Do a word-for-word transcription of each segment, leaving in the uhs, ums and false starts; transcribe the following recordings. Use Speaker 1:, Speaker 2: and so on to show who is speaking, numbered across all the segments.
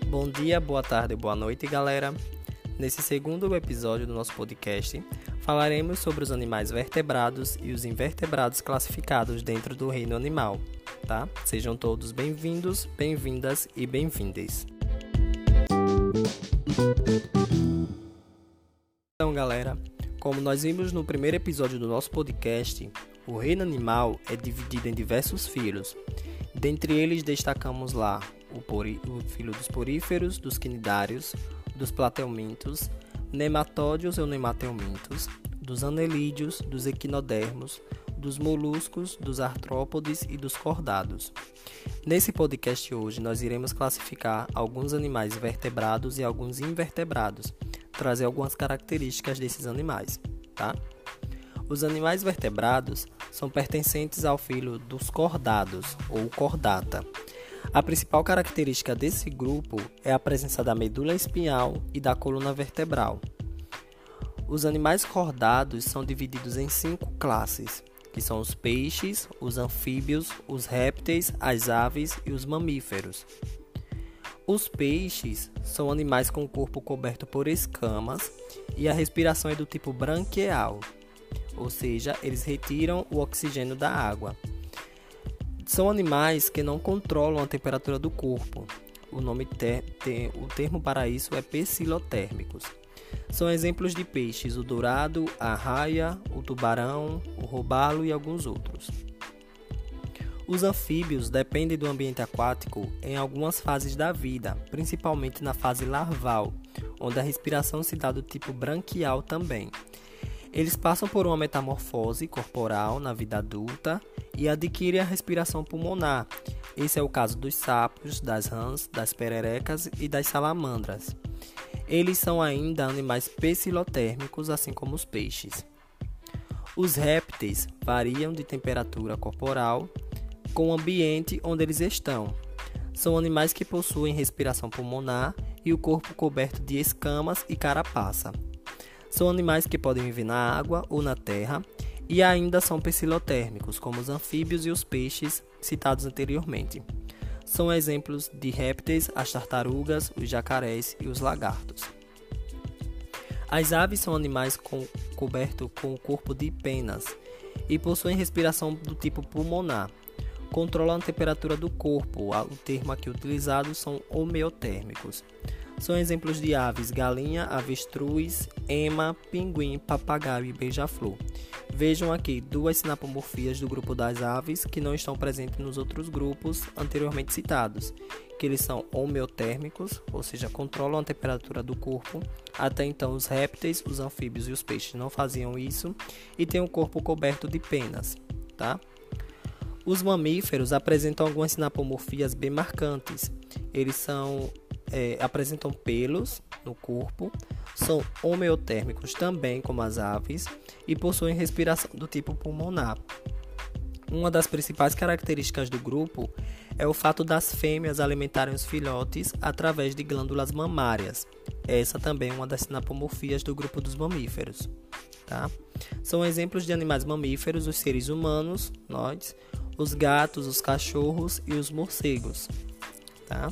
Speaker 1: Bom dia, boa tarde, boa noite, galera. Nesse segundo episódio do nosso podcast, falaremos sobre os animais vertebrados e os invertebrados classificados dentro do reino animal, tá? Sejam todos bem-vindos, bem-vindas e bem-vindes. Então, galera, como nós vimos no primeiro episódio do nosso podcast, o reino animal é dividido em diversos filos. Dentre eles destacamos lá o, pori, o filo dos poríferos, dos quinidários, dos plateumintos, nematódios ou nemateumintos, dos anelídeos, dos equinodermos, dos moluscos, dos artrópodes e dos cordados. Nesse podcast hoje nós iremos classificar alguns animais vertebrados e alguns invertebrados, trazer algumas características desses animais, tá? Os animais vertebrados são pertencentes ao filo dos cordados ou cordata. A principal característica desse grupo é a presença da medula espinhal e da coluna vertebral. Os animais cordados são divididos em cinco classes, que são os peixes, os anfíbios, os répteis, as aves e os mamíferos. Os peixes são animais com o corpo coberto por escamas e a respiração é do tipo branquial, ou seja, eles retiram o oxigênio da água. São animais que não controlam a temperatura do corpo. O, nome ter, ter, o termo para isso é pecilotérmicos. São exemplos de peixes o dourado, a raia, o tubarão, o robalo e alguns outros. Os anfíbios dependem do ambiente aquático em algumas fases da vida, principalmente na fase larval, onde a respiração se dá do tipo branquial também. Eles passam por uma metamorfose corporal na vida adulta e adquirem a respiração pulmonar. Esse é o caso dos sapos, das rãs, das pererecas e das salamandras. Eles são ainda animais pecilotérmicos, assim como os peixes. Os répteis variam de temperatura corporal com o ambiente onde eles estão. São animais que possuem respiração pulmonar e o corpo coberto de escamas e carapaça. São animais que podem viver na água ou na terra e ainda são pecilotérmicos, como os anfíbios e os peixes citados anteriormente. São exemplos de répteis as tartarugas, os jacarés e os lagartos. As aves são animais com, cobertos com o corpo de penas e possuem respiração do tipo pulmonar. Controlam a temperatura do corpo, o termo aqui utilizado são homeotérmicos. São exemplos de aves, galinha, avestruz, ema, pinguim, papagaio e beija-flor. Vejam aqui duas sinapomorfias do grupo das aves que não estão presentes nos outros grupos anteriormente citados, que eles são homeotérmicos, ou seja, controlam a temperatura do corpo. Até então os répteis, os anfíbios e os peixes não faziam isso e têm o corpo coberto de penas, tá? Os mamíferos apresentam algumas sinapomorfias bem marcantes. Eles são É, apresentam pelos no corpo, são homeotérmicos também como as aves e possuem respiração do tipo pulmonar. Uma das principais características do grupo é o fato das fêmeas alimentarem os filhotes através de glândulas mamárias. Essa também é uma das sinapomorfias do grupo dos mamíferos, tá? São exemplos de animais mamíferos os seres humanos, nós, os gatos, os cachorros e os morcegos, tá?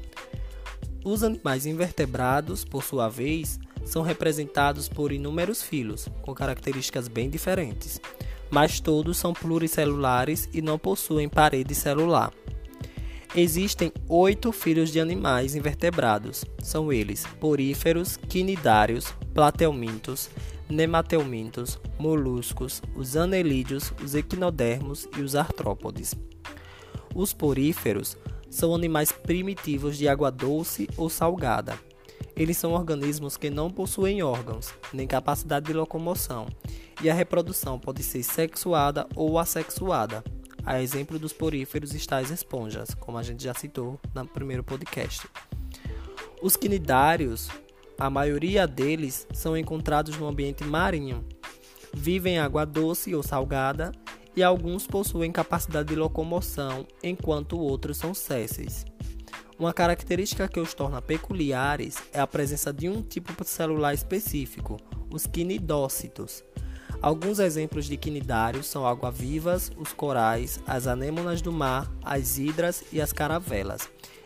Speaker 1: Os animais invertebrados, por sua vez, são representados por inúmeros filos, com características bem diferentes, mas todos são pluricelulares e não possuem parede celular. Existem oito filos de animais invertebrados, são eles poríferos, quinidários, plateumintos, nemateumintos, moluscos, os anelídeos, os equinodermos e os artrópodes. Os poríferos são animais primitivos de água doce ou salgada. Eles são organismos que não possuem órgãos, nem capacidade de locomoção, e a reprodução pode ser sexuada ou assexuada. A exemplo dos poríferos está as esponjas, como a gente já citou no primeiro podcast. Os quinidários, a maioria deles são encontrados no ambiente marinho. Vivem em água doce ou salgada, e alguns possuem capacidade de locomoção, enquanto outros são sésseis. Uma característica que os torna peculiares é a presença de um tipo celular específico, os quinidócitos. Alguns exemplos de quinidários são água-vivas, os corais, as anêmonas do mar, as hidras e as caravelas.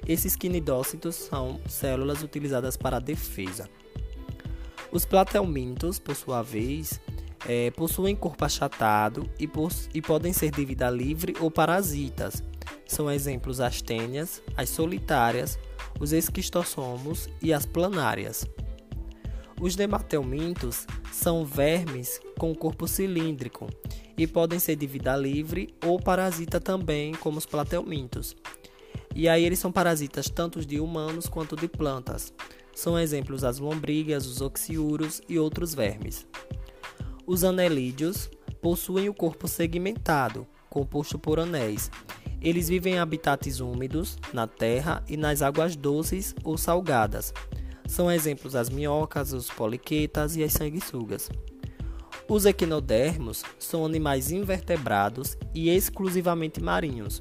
Speaker 1: Esses quinidócitos são células utilizadas para a defesa. Os platelmintos, por sua vez, é, possuem corpo achatado e, e podem ser de vida livre ou parasitas. São exemplos as tênias, as solitárias, os esquistossomos e as planárias. Os nematelmintos são vermes com corpo cilíndrico e podem ser de vida livre ou parasita também, como os platelmintos. E aí eles são parasitas tanto de humanos quanto de plantas. São exemplos as lombrigas, os oxiúros e outros vermes. Os anelídeos possuem o corpo segmentado, composto por anéis. Eles vivem em habitats úmidos, na terra e nas águas doces ou salgadas. São exemplos as minhocas, os poliquetas e as sanguessugas. Os equinodermos são animais invertebrados e exclusivamente marinhos.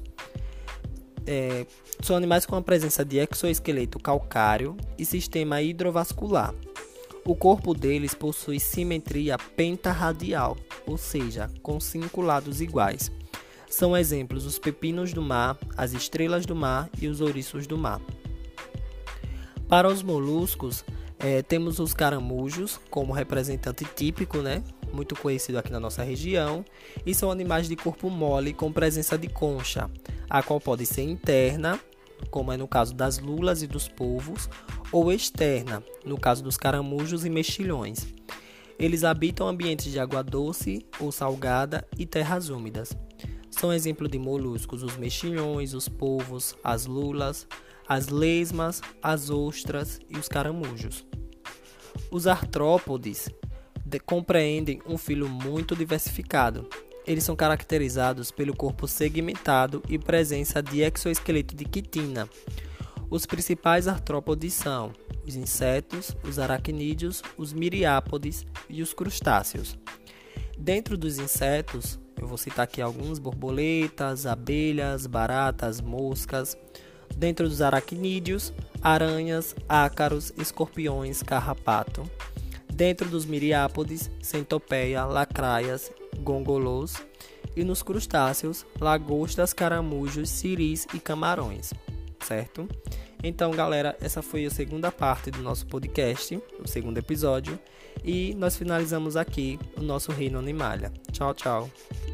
Speaker 1: É, são animais com a presença de exoesqueleto calcáreo e sistema hidrovascular. O corpo deles possui simetria pentarradial, ou seja, com cinco lados iguais. São exemplos os pepinos do mar, as estrelas do mar e os ouriços do mar. Para os moluscos, é, temos os caramujos como representante típico, né? Muito conhecido aqui na nossa região, e são animais de corpo mole com presença de concha, a qual pode ser interna, como é no caso das lulas e dos polvos, ou externa, no caso dos caramujos e mexilhões. Eles habitam ambientes de água doce ou salgada e terras úmidas. São exemplo de moluscos os mexilhões, os polvos, as lulas, as lesmas, as ostras e os caramujos. Os artrópodes de, compreendem um filo muito diversificado. Eles são caracterizados pelo corpo segmentado e presença de exoesqueleto de quitina. Os principais artrópodes são os insetos, os aracnídeos, os miriápodes e os crustáceos. Dentro dos insetos, eu vou citar aqui alguns: borboletas, abelhas, baratas, moscas. Dentro dos aracnídeos, aranhas, ácaros, escorpiões, carrapato. Dentro dos miriápodes, centopeia, lacraias, gongolôs. E nos crustáceos, lagostas, caramujos, siris e camarões. Certo? Então, galera, essa foi a segunda parte do nosso podcast, o segundo episódio. E nós finalizamos aqui o nosso Reino Animalia. Tchau, tchau.